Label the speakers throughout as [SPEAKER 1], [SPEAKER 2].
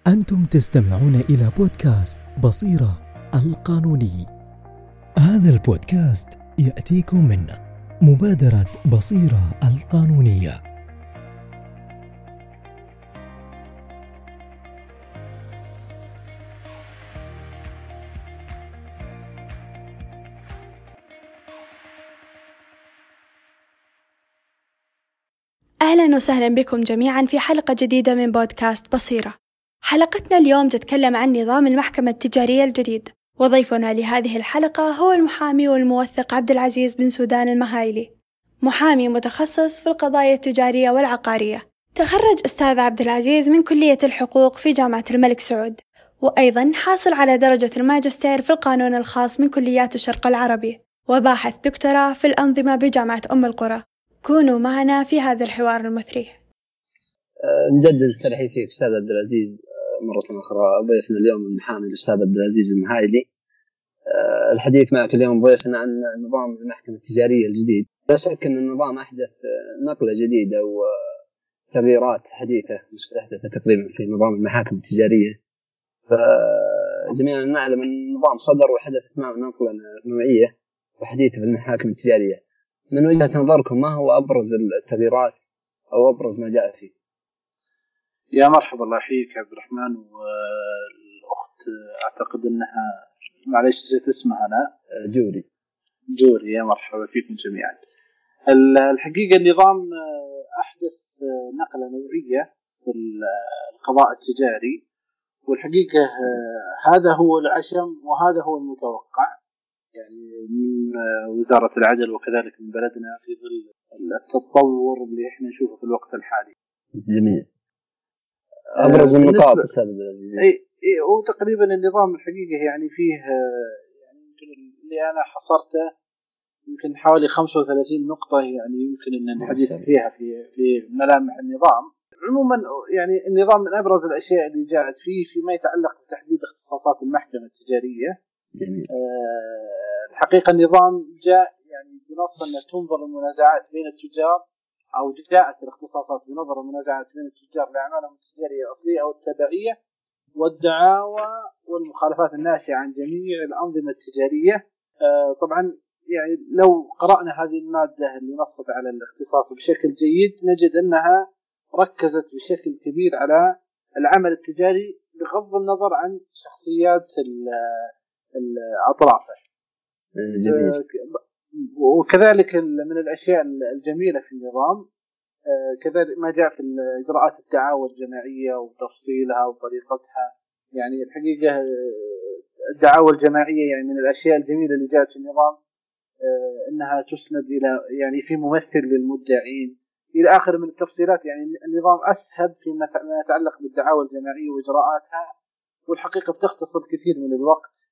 [SPEAKER 1] أنتم تستمعون إلى بودكاست بصيرة القانوني. هذا البودكاست يأتيكم من مبادرة بصيرة القانونية.
[SPEAKER 2] أهلا وسهلا بكم جميعا في حلقة جديدة من بودكاست بصيرة. حلقتنا اليوم تتكلم عن نظام المحكمة التجارية الجديد، وضيفنا لهذه الحلقة هو المحامي والموثق عبد العزيز بن سودان المهايلي، محامي متخصص في القضايا التجارية والعقارية. تخرج أستاذ عبد العزيز من كلية الحقوق في جامعة الملك سعود، وأيضا حاصل على درجة الماجستير في القانون الخاص من كليات الشرق العربي، وباحث دكتوراه في الأنظمة بجامعة أم القرى. كونوا معنا في هذا الحوار المثري.
[SPEAKER 3] نجدد الترحيب فيك أستاذ عبد العزيز مرة أخرى. ضيفنا اليوم المحامي الأستاذ عبد العزيز المهايلي. الحديث معك اليوم ضيفنا عن نظام المحكمة التجارية الجديد. لا شك أن النظام أحدث نقلة جديدة وتغييرات حديثة مستحدثة تقريبا في نظام المحاكم التجارية. فجميعا نعلم أن النظام صدر وحدثت معه نقلة نوعية وحديثة في المحاكم التجارية. من وجهة نظركم ما هو أبرز التغييرات أو أبرز ما جاء فيه؟
[SPEAKER 4] يا مرحبا، الله يحييك عبد الرحمن. والأخت أعتقد أنها معليش نسيت اسمها أنا. جوري. يا مرحبا فيكم جميعا. الحقيقة النظام أحدث نقلة نوعية في القضاء التجاري، والحقيقة هذا هو العشم وهذا هو المتوقع يعني من وزارة العدل وكذلك من بلدنا في ظل التطور اللي احنا نشوفه في الوقت الحالي.
[SPEAKER 3] جميل. أبرز النقاط أستاذ عبد العزيز.
[SPEAKER 4] هو تقريبا النظام الحقيقة يعني فيه يعني يمكن اللي أنا حصرته يمكن حوالي 35 نقطة يعني يمكن أن الحديث فيها في ملامح النظام. عموما يعني النظام من أبرز الأشياء اللي جاءت فيما يتعلق بتحديد اختصاصات المحكمة التجارية.
[SPEAKER 3] جميل.
[SPEAKER 4] الحقيقة النظام جاء يعني بنص أن تنظر المنازعات بين التجار، أو جاءت الاختصاصات بنظر المنازعات بين التجار لأعمالهم التجارية الأصلية أو التبعية والدعاوى والمخالفات الناشئة عن جميع الأنظمة التجارية. طبعا يعني لو قرأنا هذه المادة اللي نصت على الاختصاص بشكل جيد نجد أنها ركزت بشكل كبير على العمل التجاري بغض النظر عن شخصيات الأطراف.
[SPEAKER 3] جميل.
[SPEAKER 4] وكذلك من الأشياء الجميلة في النظام كذلك ما جاء في إجراءات الدعاوى الجماعية وتفصيلها وطريقتها. يعني الحقيقة الدعاوى الجماعية يعني من الأشياء الجميلة اللي جاءت في النظام، أنها تسند إلى يعني في ممثل للمدعين إلى آخر من التفصيلات. يعني النظام أسهب فيما يتعلق بالدعاوى الجماعية وإجراءاتها، والحقيقة بتختصر كثير من الوقت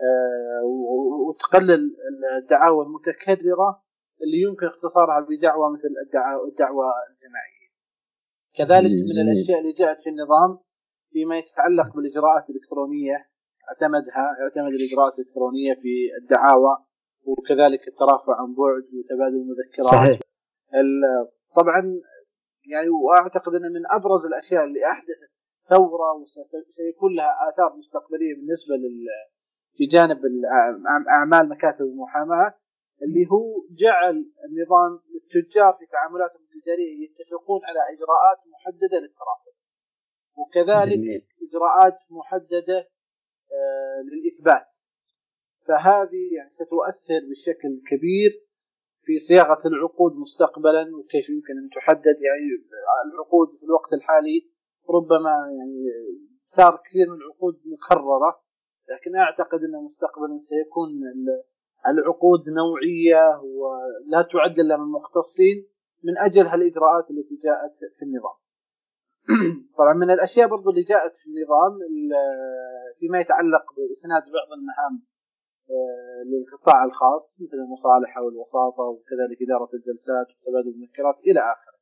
[SPEAKER 4] وتقلل الدعاوى المتكررة اللي يمكن اختصارها بدعوى مثل الدعوى الجماعية. كذلك من الأشياء اللي جاءت في النظام فيما يتعلق بالإجراءات الإلكترونية، اعتمد الإجراءات الإلكترونية في الدعاوى، وكذلك الترافع عن بعد وتبادل المذكرات.
[SPEAKER 3] صحيح.
[SPEAKER 4] طبعا يعني وأعتقد أن من أبرز الأشياء اللي أحدثت ثورة وسيكون لها آثار مستقبلية بالنسبة في جانب أعمال مكاتب المحاماة اللي هو جعل النظام التجار في تعاملاتهم التجارية يتفقون على إجراءات محددة للترافع، وكذلك
[SPEAKER 3] جميل.
[SPEAKER 4] إجراءات محددة للإثبات. فهذه يعني ستؤثر بشكل كبير في صياغة العقود مستقبلا، وكيف يمكن أن تحدد يعني العقود في الوقت الحالي. ربما يعني صار كثير من العقود مكررة، لكن أعتقد أن مستقبلا سيكون العقود نوعية ولا تعد إلا من مختصين من أجل هالإجراءات التي جاءت في النظام. طبعا من الأشياء برضو اللي جاءت في النظام فيما يتعلق بإسناد بعض المهام للقطاع الخاص مثل المصالحة والوساطة وكذلك إدارة الجلسات وتبادل المذكرات إلى آخره.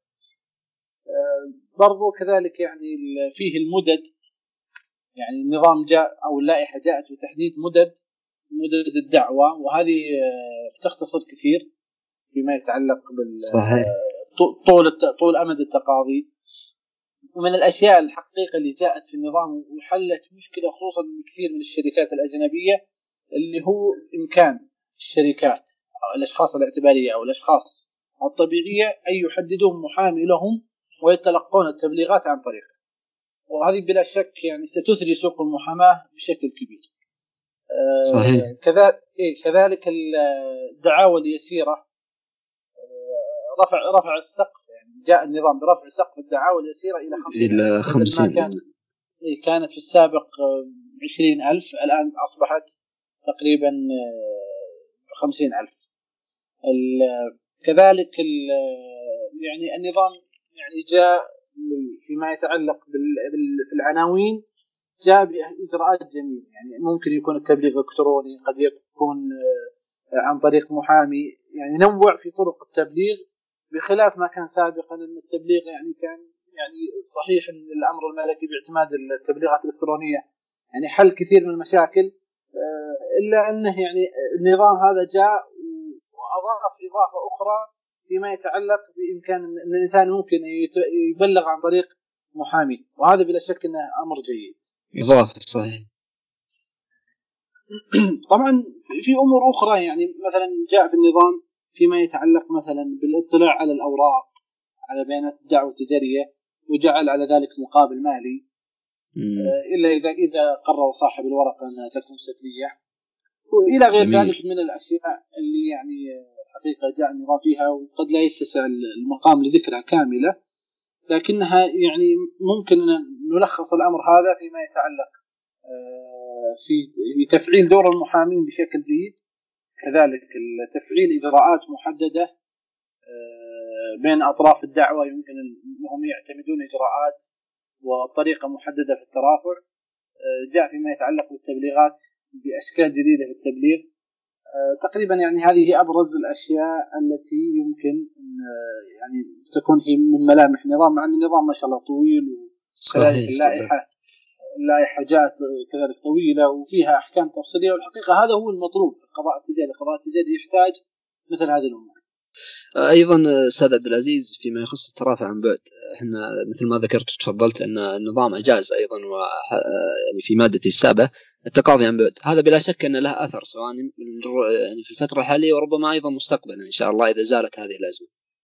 [SPEAKER 4] برضو كذلك يعني فيه المدد، يعني النظام جاء أو اللائحة جاءت بتحديد مدد الدعوة، وهذه بتختصر كثير فيما يتعلق طول أمد التقاضي. ومن الأشياء الحقيقة اللي جاءت في النظام وحلت مشكلة خصوصا من كثير من الشركات الأجنبية، اللي هو إمكان الشركات أو الأشخاص الاعتبارية أو الأشخاص الطبيعية أن يحددوا محامي لهم ويتلقون التبليغات عن طريقه. وهذه بلا شك يعني ستثري سوق المحاماة بشكل كبير.
[SPEAKER 3] صحيح.
[SPEAKER 4] كذلك الدعاوى اليسيرة، رفع السقف، يعني جاء النظام برفع سقف الدعاوى اليسيرة إلى 50. كانت في السابق 20,000، الآن أصبحت تقريبا 50,000. كذلك يعني النظام يعني جاء فيما يتعلق في العناوين جاء بإجراءات جميلة. يعني ممكن يكون التبليغ إلكتروني، قد يكون عن طريق محامي، يعني نوع في طرق التبليغ بخلاف ما كان سابقا أن التبليغ يعني كان يعني صحيح أن الأمر الملكي باعتماد التبليغات الإلكترونية يعني حل كثير من المشاكل، إلا أنه يعني النظام هذا جاء وأضاف إضافة أخرى فيما يتعلق بإمكان أن الإنسان ممكن يبلغ عن طريق محامي، وهذا بلا شك أنه أمر جيد.
[SPEAKER 3] إضافة صحيح.
[SPEAKER 4] طبعا في أمور أخرى، يعني مثلا جاء في النظام فيما يتعلق مثلا بالاطلاع على الأوراق، على بيانات الدعوة التجارية، وجعل على ذلك مقابل مالي، إلا إذا قرر صاحب الورقة أنها تكون سترية، وإلى غير ذلك من الأشياء اللي يعني حقيقة جاء النظام فيها وقد لا يتسع المقام لذكرها كاملة، لكنها يعني ممكن نلخص الأمر هذا فيما يتعلق في تفعيل دور المحامين بشكل جيد، كذلك تفعيل إجراءات محددة بين أطراف الدعوة، يمكن أنهم يعتمدون إجراءات وطريقة محددة في الترافع. جاء فيما يتعلق بالتبليغات بأشكال جديدة في التبليغ. تقريبا يعني هذه أبرز الأشياء التي يمكن يعني تكون هي من ملامح النظام، مع أن النظام ما شاء الله طويل، وكذلك اللائحة جاءت كذلك طويلة وفيها أحكام تفصيلية، والحقيقة هذا هو المطلوب في القضاء التجاري. القضاء التجاري يحتاج مثل هذه الأمور.
[SPEAKER 3] أيضا أستاذ عبد العزيز، فيما يخص الترافع عن بعد، إحنا مثل ما ذكرت وتفضلت أن النظام أجاز أيضا يعني في مادة السابع التقاضي عن بعد. هذا بلا شك أن له أثر سواء يعني في الفترة الحالية وربما أيضا مستقبلا إن شاء الله إذا زالت هذه الأزمة.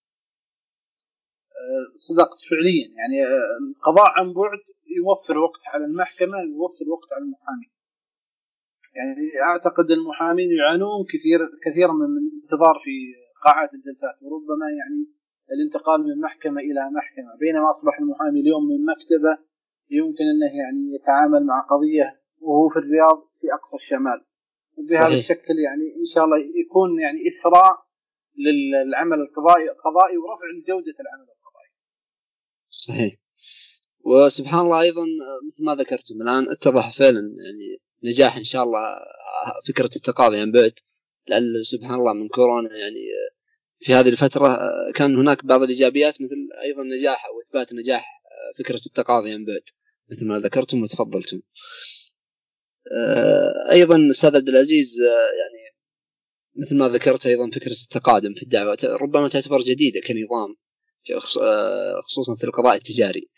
[SPEAKER 4] صدقت فعليا، يعني القضاء عن بعد يوفر وقت على المحكمة، يوفر وقت على المحامي. يعني أعتقد المحامين يعانون كثيرا من الانتظار في قاعات الجلسات، وربما يعني الانتقال من محكمة إلى محكمة، بينما أصبح المحامي اليوم من مكتبة يمكن أنه يعني يتعامل مع قضية وهو في الرياض في أقصى الشمال. بهذا الشكل يعني إن شاء الله يكون يعني إثراء للعمل القضائي ورفع جودة العمل القضائي.
[SPEAKER 3] صحيح. وسبحان الله أيضا مثل ما ذكرتم الآن اتضح فعلا يعني نجاح إن شاء الله فكرة التقاضي عن بعد، لأن سبحان الله من كورونا يعني في هذه الفترة كان هناك بعض الإيجابيات، مثل أيضا نجاح أو إثبات نجاح فكرة التقاضي عن بعد مثل ما ذكرتم وتفضلتم. أيضا أستاذ عبد العزيز، يعني مثل ما ذكرت أيضا فكرة التقادم في الدعوة ربما تعتبر جديدة كنظام خصوصا في القضاء التجاري.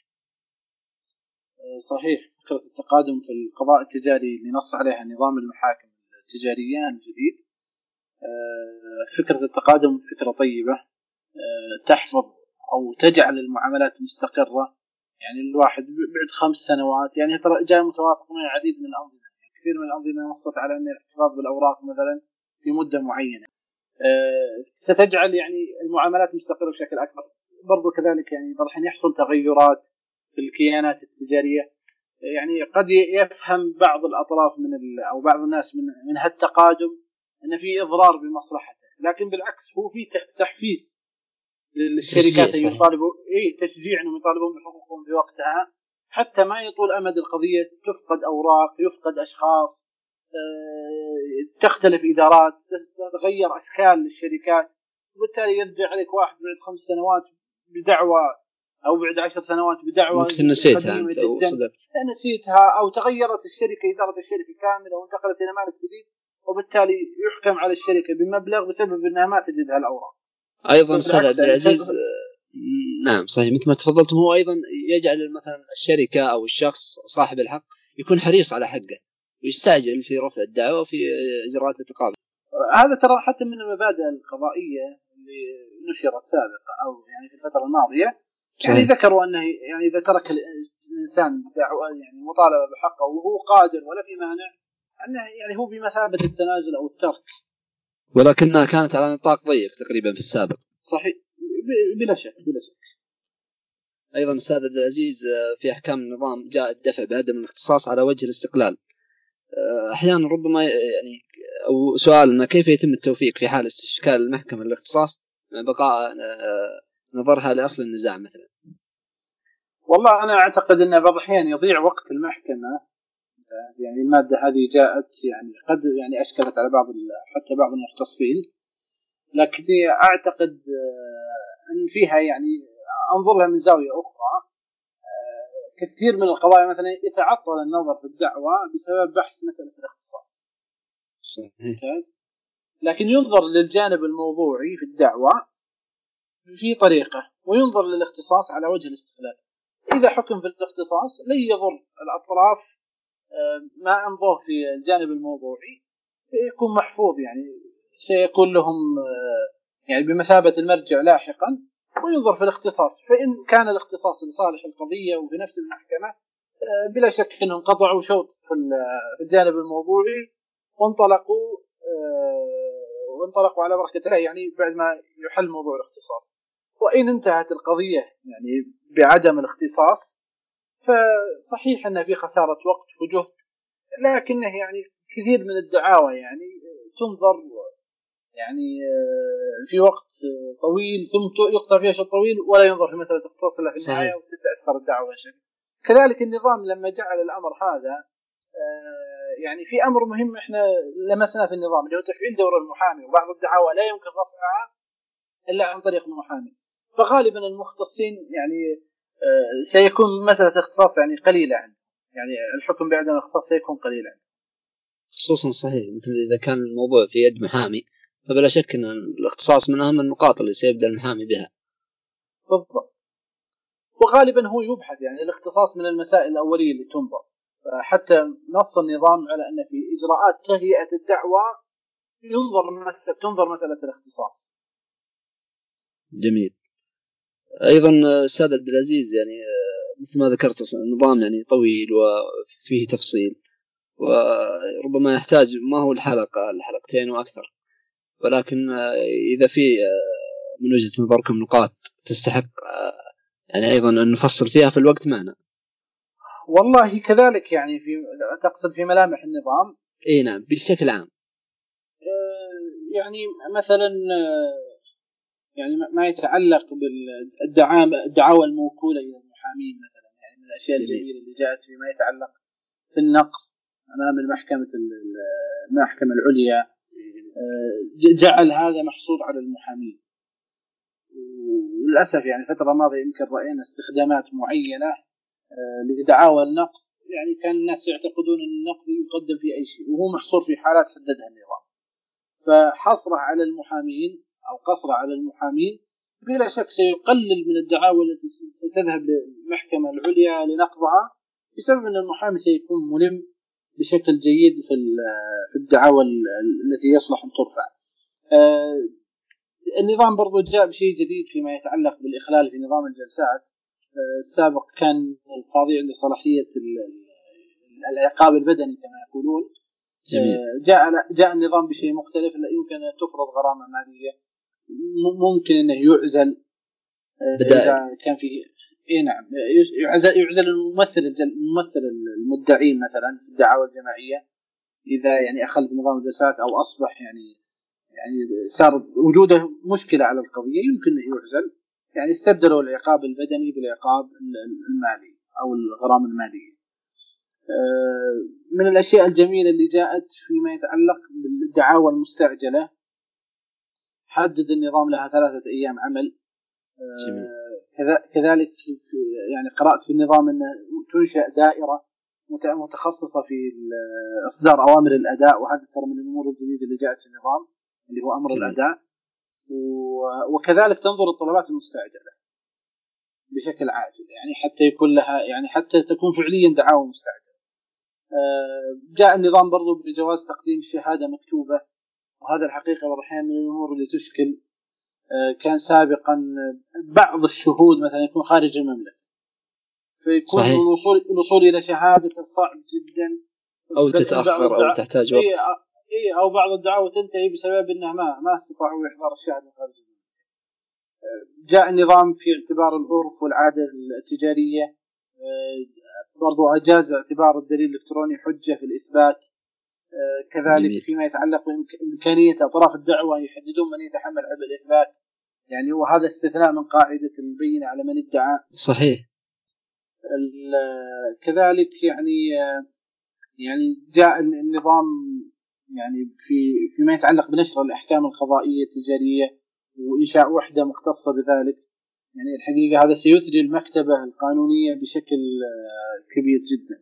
[SPEAKER 4] صحيح، فكرة التقادم في القضاء التجاري اللي نص عليها نظام المحاكم التجارية الجديد، فكرة التقادم فكرة طيبة تحفظ أو تجعل المعاملات مستقرة. يعني الواحد بعد 5 سنوات يعني ترى جاء متوافق مع العديد من الأنظمة، يعني كثير من الأنظمة نصت على أن الاحتفاظ بالأوراق مثلا في مدة معينة ستجعل يعني المعاملات مستقرة بشكل أكبر. برضو كذلك يعني راح يحصل تغيرات في الكيانات التجارية، يعني قد يفهم بعض الأطراف أو بعض الناس من هالتقادم أن في إضرار بمصلحته، لكن بالعكس هو في تحفيز للشركات أن يطالبوا تشجيع أنهم يطالبون بحقوقهم في وقتها، حتى ما يطول أمد القضية، تفقد أوراق، يفقد أشخاص، تختلف إدارات، تتغير أشكال الشركات، وبالتالي يرجع عليك واحد بعد 5 سنوات بدعوة أو بعد 10 سنوات بدعوة
[SPEAKER 3] نسيتها أنت أو صدقت
[SPEAKER 4] نسيتها، أو تغيرت الشركة، إدارة الشركة كاملة وانتقلت إلى مالك جديد، وبالتالي يحكم على الشركة بمبلغ بسبب أنها ما تجدها الأوراق.
[SPEAKER 3] أيضا أستاذ عبد العزيز نعم صحيح، مثل ما تفضلتم. هو أيضا يجعل مثلا الشركة أو الشخص صاحب الحق يكون حريص على حقه ويستعجل في رفع الدعوة وفي إجراءات التقاضي.
[SPEAKER 4] هذا ترى حتى من المبادئ القضائية اللي نشرت سابقا أو يعني في الفترة الماضية. يعني ذكروا أنه يعني إذا ترك الإنسان دعوة يعني مطالبة بحقه وهو قادر ولا في مانع، أنه يعني هو بمثابة التنازل أو الترك،
[SPEAKER 3] ولكنها كانت على نطاق ضيق تقريبا في السابق.
[SPEAKER 4] صحيح، بلا شك بلا شك.
[SPEAKER 3] أيضا أستاذ عبد العزيز، في أحكام النظام جاء الدفع بعدم الاختصاص على وجه الاستقلال. أحيانا ربما يعني أو سؤالنا كيف يتم التوفيق في حال استشكال المحكمة الاختصاص مع بقاء نظرها لأصل النزاع مثلا؟
[SPEAKER 4] والله أنا أعتقد أن بعض الأحيان يضيع وقت المحكمة. يعني المادة هذه جاءت يعني قد يعني أشكلت على حتى بعض المختصين، لكني أعتقد أن فيها يعني أنظر لها من زاوية أخرى. كثير من القضايا مثلا يتعطل النظر في الدعوة بسبب بحث مسألة الاختصاص.
[SPEAKER 3] صحيح.
[SPEAKER 4] لكن ينظر للجانب الموضوعي في الدعوة في طريقة، وينظر للاختصاص على وجه الاستقلال. إذا حكم في الاختصاص لن يضر الأطراف ما أمضوه في الجانب الموضوعي، يكون محفوظ، يعني سيكون لهم يعني بمثابة المرجع لاحقا. وينظر في الاختصاص، فإن كان الاختصاص لصالح القضية وفي نفس المحكمة بلا شك أنهم قطعوا شوط في الجانب الموضوعي وانطلقوا على بركة الله، يعني بعد ما يحل موضوع الاختصاص. وإن انتهت القضية يعني بعدم الاختصاص فصحيح أن في خسارة وقت وجهد، لكنه يعني كثير من الدعاوى يعني تنظر يعني في وقت طويل ثم يقطع فيها شوط طويل ولا ينظر في مسألة اختصاص إلا في النهاية وتتأثر الدعوة بشكل. كذلك النظام لما جعل الأمر هذا يعني في أمر مهم إحنا لمسنا في النظام اللي هو تفعيل دور المحامي، وبعض الدعاوى لا يمكن رفعها إلا عن طريق المحامي. فغالبا المختصين يعني سيكون مسألة اختصاص يعني قليلة عنه، يعني الحكم بعدم الاختصاص سيكون قليلا،
[SPEAKER 3] خصوصا صحيح مثل إذا كان الموضوع في يد محامي، فبلا شك أن الاختصاص من أهم النقاط اللي سيبدأ المحامي بها.
[SPEAKER 4] بالضبط. وغالبا هو يبحث يعني الاختصاص من المسائل الأولية اللي تنظر. حتى نص النظام على أن في إجراءات تهيئة الدعوة تنظر مسألة الاختصاص.
[SPEAKER 3] جميل. أيضا أستاذ عبد العزيز، يعني مثل ما ذكرت النظام يعني طويل وفيه تفصيل، وربما يحتاج ما هو الحلقتين وأكثر، ولكن إذا في من وجهة نظركم نقاط تستحق يعني أيضا أن نفصل فيها في الوقت معنا.
[SPEAKER 4] والله كذلك، يعني تقصد في ملامح النظام؟
[SPEAKER 3] إيه نعم بشكل عام.
[SPEAKER 4] يعني مثلا يعني ما يتعلق بالدعاوى الموكولة إلى المحامين مثلا، يعني من الأشياء الجميلة اللي جاءت فيما يتعلق في النقض أمام المحكمة العليا، جعل هذا محصور على المحامين. وللأسف يعني الفترة الماضية يمكن رأينا استخدامات معينة لدعاوى النقض، يعني كان الناس يعتقدون أن النقض يقدم في أي شيء وهو محصور في حالات حددها النظام. فحصره على المحامين أو قصره على المحامين بلا شك سيقلل من الدعاوى التي ستذهب للمحكمة العليا لنقضها، بسبب أن المحامي سيكون ملم بشكل جيد في الدعاوى التي يصلح أن ترفع. النظام برضو جاء بشيء جديد فيما يتعلق بالإخلال في نظام الجلسات. السابق كان القاضي عنده صلاحية العقاب البدني كما يقولون. جاء النظام بشيء مختلف، يمكن أن تفرض غرامة مالية، ممكن أنه يعزل إذا كان فيه نعم يعزل الممثل المدعين مثلا في الدعاوى الجماعية إذا يعني أخل بنظام الجلسات أو أصبح يعني صار وجوده مشكلة على القضية، يمكن أن يعزل. يعني استبدلوا العقاب البدني بالعقاب المالي أو الغرامة المالية. من الأشياء الجميلة اللي جاءت فيما يتعلق بالدعاوى المستعجلة، حدد النظام لها 3 أيام عمل. كذلك يعني قرأت في النظام أن تنشأ دائرة متخصصة في إصدار أوامر الأداء، وهذا ترى من الأمور الجديدة اللي جاءت في النظام اللي هو أمر الأداء. وكذلك تنظر الطلبات المستعجلة، بشكل عاجل، يعني حتى يكون لها يعني حتى تكون فعليا دعاوى مستعجلة. جاء النظام برضو بجواز تقديم الشهادة مكتوبة، وهذا الحقيقة واضحين من الأمور اللي تشكل. كان سابقا بعض الشهود مثلا يكون خارج المملكة، فيكون الوصول إلى شهادة صعب جدا،
[SPEAKER 3] أو تتأخر أو تحتاج وقت،
[SPEAKER 4] أو بعض الدعاوى تنتهي بسبب أنه ما استطاعوا إحضار الشهادة خارج المملكة. جاء النظام في اعتبار العرف والعادة التجارية، برضو أجاز اعتبار الدليل الإلكتروني حجة في الإثبات. كذلك جميل. فيما يتعلق بإمكانية أطراف الدعوة يحددون من يتحمل عبء الإثبات، يعني وهذا استثناء من قاعدة البينة على من ادعى.
[SPEAKER 3] صحيح.
[SPEAKER 4] كذلك يعني جاء النظام يعني فيما يتعلق بنشر الأحكام القضائية التجارية وإنشاء وحدة مختصة بذلك. يعني الحقيقة هذا سيثري المكتبة القانونية بشكل كبير جدا.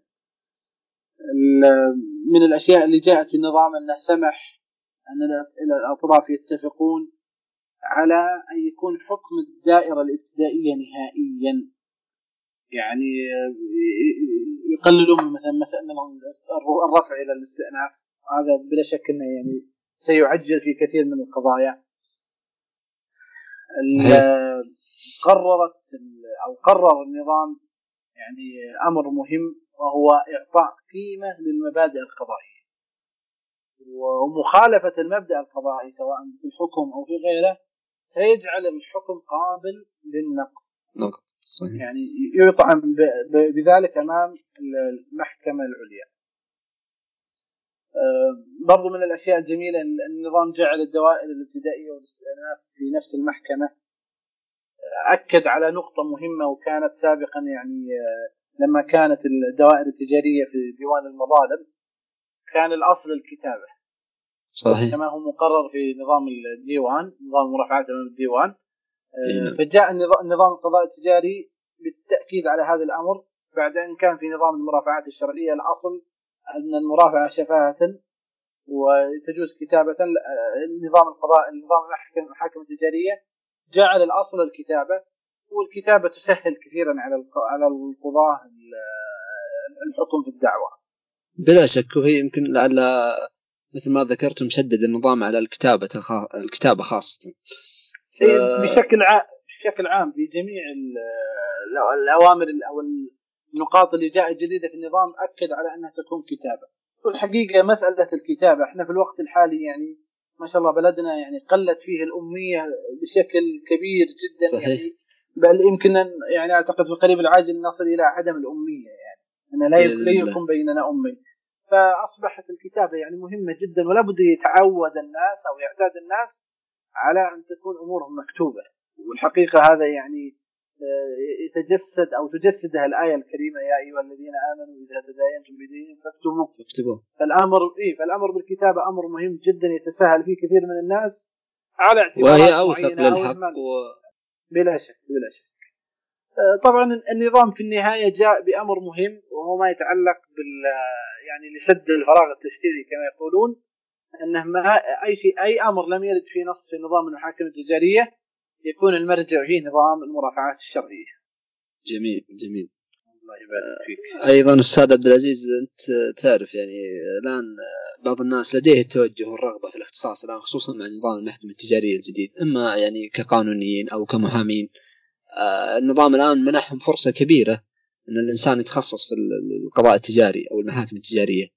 [SPEAKER 4] من الأشياء اللي جاءت في النظام أنه سمح أن الأطراف يتفقون على أن يكون حكم الدائرة الابتدائية نهائيا، يعني يقللون مثلا من الرفع إلى الاستئناف. هذا بلا شك أنه يعني سيعجل في كثير من القضايا. قرر النظام يعني أمر مهم، وهو إعطاء قيمة للمبادئ القضائية، ومخالفة المبدأ القضائي سواء في الحكم أو في غيره سيجعل الحكم قابل للنقض.
[SPEAKER 3] صحيح.
[SPEAKER 4] يعني يطعن بذلك أمام المحكمة العليا. برضو من الأشياء الجميلة أن النظام جعل الدوائر الابتدائية والاستئناف في نفس المحكمة. أكد على نقطة مهمة، وكانت سابقا يعني لما كانت الدوائر التجارية في ديوان المظالم كان الأصل الكتابة.
[SPEAKER 3] صحيح.
[SPEAKER 4] كما هو مقرر في نظام الديوان، نظام مرافعات أمام الديوان. فجاء النظام القضاء التجاري بالتأكيد على هذا الأمر، بعد أن كان في نظام المرافعات الشرعية الأصل أن المرافعة شفاهة وتجوز كتابة. النظام المحاكم التجارية جعل الأصل الكتابة، والكتابة تسهل كثيرا على القضاة الحكم في الدعوة.
[SPEAKER 3] بلا شك. وهي يمكن لعل مثل ما ذكرت مشدد النظام على الكتابة خاصة
[SPEAKER 4] بشكل عام في جميع الأوامر أو النقاط اللي جاءت جديدة في النظام أكد على أنها تكون كتابة. والحقيقة مسألة الكتابة احنا في الوقت الحالي يعني ما شاء الله بلدنا يعني قلت فيه الأمية بشكل كبير جدا.
[SPEAKER 3] صحيح.
[SPEAKER 4] يعني بل يمكن يعني أعتقد في القريب العاجل نصل إلى عدم الأمية، يعني أن لا يكون بيننا أمي. فأصبحت الكتابة يعني مهمة جدا، ولا بد يتعود الناس أو يعتاد الناس على أن تكون أمورهم مكتوبة. والحقيقة هذا يعني يتجسد أو تجسدها الآية الكريمة: يا أيها الذين آمنوا إذا تداينتم بدين فاكتبوه. فالأمر بالكتابة أمر مهم جدا يتساهل فيه كثير من الناس على اعتبارات
[SPEAKER 3] وهي أوثق للحق
[SPEAKER 4] بلا شك. طبعا النظام في النهاية جاء بأمر مهم، وهو ما يتعلق يعني لسد الفراغ التشريعي كما يقولون، أنه أي أمر لم يرد في نص في نظام المحاكم التجارية يكون المرجع فيه نظام المرافعات الشرعية.
[SPEAKER 3] جميل.
[SPEAKER 4] الله يبارك فيك.
[SPEAKER 3] أيضا أستاذ عبد العزيز، أنت تعرف يعني الآن بعض الناس لديه التوجه والرغبة في الاختصاص الآن خصوصا مع نظام المحكمة التجارية الجديد، إما يعني كقانونيين أو كمحامين. النظام الآن منحهم فرصة كبيرة أن الإنسان يتخصص في القضاء التجاري أو المحاكم التجارية.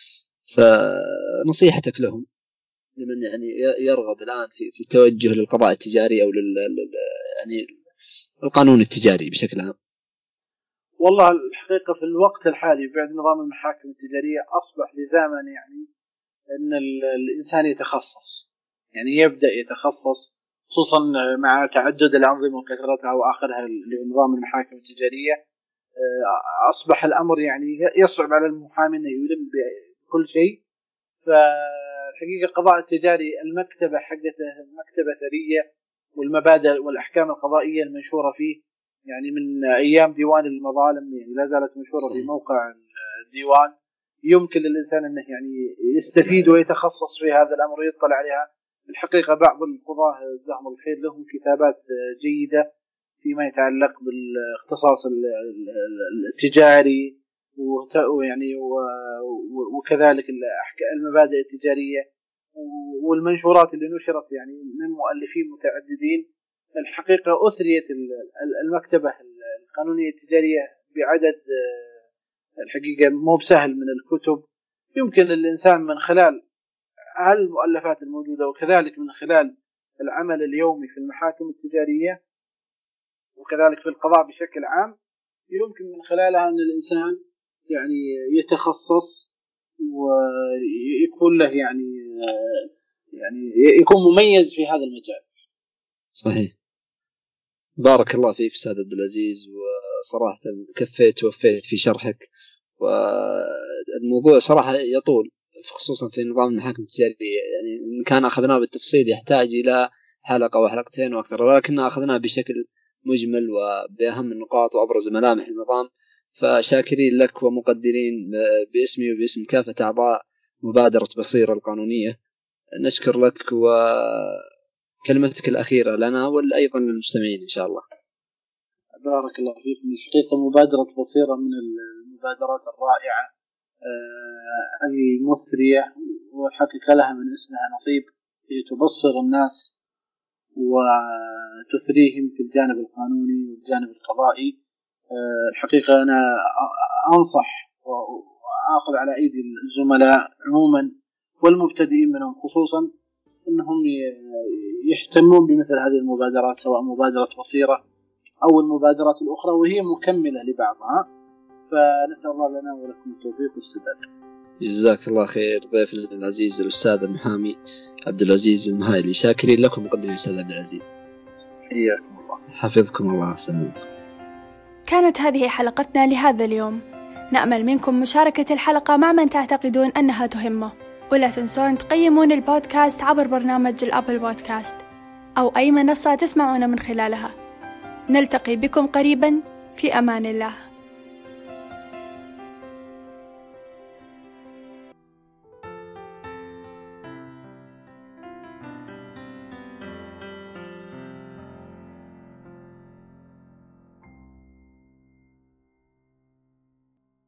[SPEAKER 3] فنصيحتك لهم لمن يعني يرغب الآن في التوجه للقضاء التجاري أو يعني القانون التجاري بشكل عام؟
[SPEAKER 4] والله الحقيقة في الوقت الحالي بعد نظام المحاكم التجارية أصبح لزاما يعني أن الإنسان يتخصص، يعني يبدأ يتخصص، خصوصا مع تعدد الأنظمة وكثرتها وآخرها لنظام المحاكم التجارية. أصبح الأمر يعني يصعب على المحامي أن يلم بكل شيء. فالحقيقة القضاء التجاري المكتبة حقته مكتبة ثرية، والمبادئ والأحكام القضائية المنشورة فيه يعني من أيام ديوان المظالم يعني لا زالت منشورة في موقع الديوان. يمكن للإنسان أنه يعني يستفيد ويتخصص في هذا الأمر ويطلع عليها. الحقيقة بعض القضاة جزاهم الخير لهم كتابات جيدة فيما يتعلق بالاختصاص التجاري ويعني وكذلك المبادئ التجارية والمنشورات اللي نشرت يعني من مؤلفين متعددين. الحقيقة أثريت المكتبة القانونية التجارية بعدد الحقيقة مو بسهل من الكتب، يمكن الإنسان من خلال هالمؤلفات الموجودة وكذلك من خلال العمل اليومي في المحاكم التجارية وكذلك في القضاء بشكل عام، يمكن من خلالها أن الإنسان يعني يتخصص ويكون له يعني يكون مميز في هذا المجال.
[SPEAKER 3] صحيح. بارك الله فيك أستاذ عبد العزيز، وصراحة كفيت ووفيت في شرحك، والموضوع صراحة يطول خصوصا في نظام المحاكم التجارية، يعني إن كان أخذناه بالتفصيل يحتاج إلى حلقة وحلقتين وأكثر، ولكن أخذناه بشكل مجمل وبأهم النقاط وأبرز ملامح النظام. فشاكرين لك ومقدرين باسمي وباسم كافة أعضاء مبادرة بصيرة القانونية، نشكر لك، وكلمتك الأخيرة لنا وأيضا للمستمعين إن شاء الله.
[SPEAKER 4] بارك الله فيكم. الحقيقة مبادرة بصيرة من المبادرات الرائعة المثرية، والحقيقة لها من اسمها نصيب، هي تبصر الناس وتثريهم في الجانب القانوني والجانب القضائي. الحقيقة أنا أنصح وأخذ على أيدي الزملاء عموما والمبتدئين منهم خصوصا أنهم يهتمون بمثل هذه المبادرات، سواء مبادرة بصيرة أو المبادرات الأخرى، وهي مكملة لبعضها. فنسأل الله لنا ولكم التوفيق والسداد.
[SPEAKER 3] جزاك الله خير. ضيفنا العزيز الأستاذ المحامي عبد العزيز المهايلي، شاكرين لكم مقدمين الأستاذ عبد العزيز.
[SPEAKER 4] حياكم الله.
[SPEAKER 3] حفظكم الله. سلام.
[SPEAKER 2] كانت هذه حلقتنا لهذا اليوم، نأمل منكم مشاركة الحلقة مع من تعتقدون أنها تهمه، ولا تنسون تقيمون البودكاست عبر برنامج الأبل بودكاست أو أي منصة تسمعون من خلالها. نلتقي بكم قريبا، في أمان الله.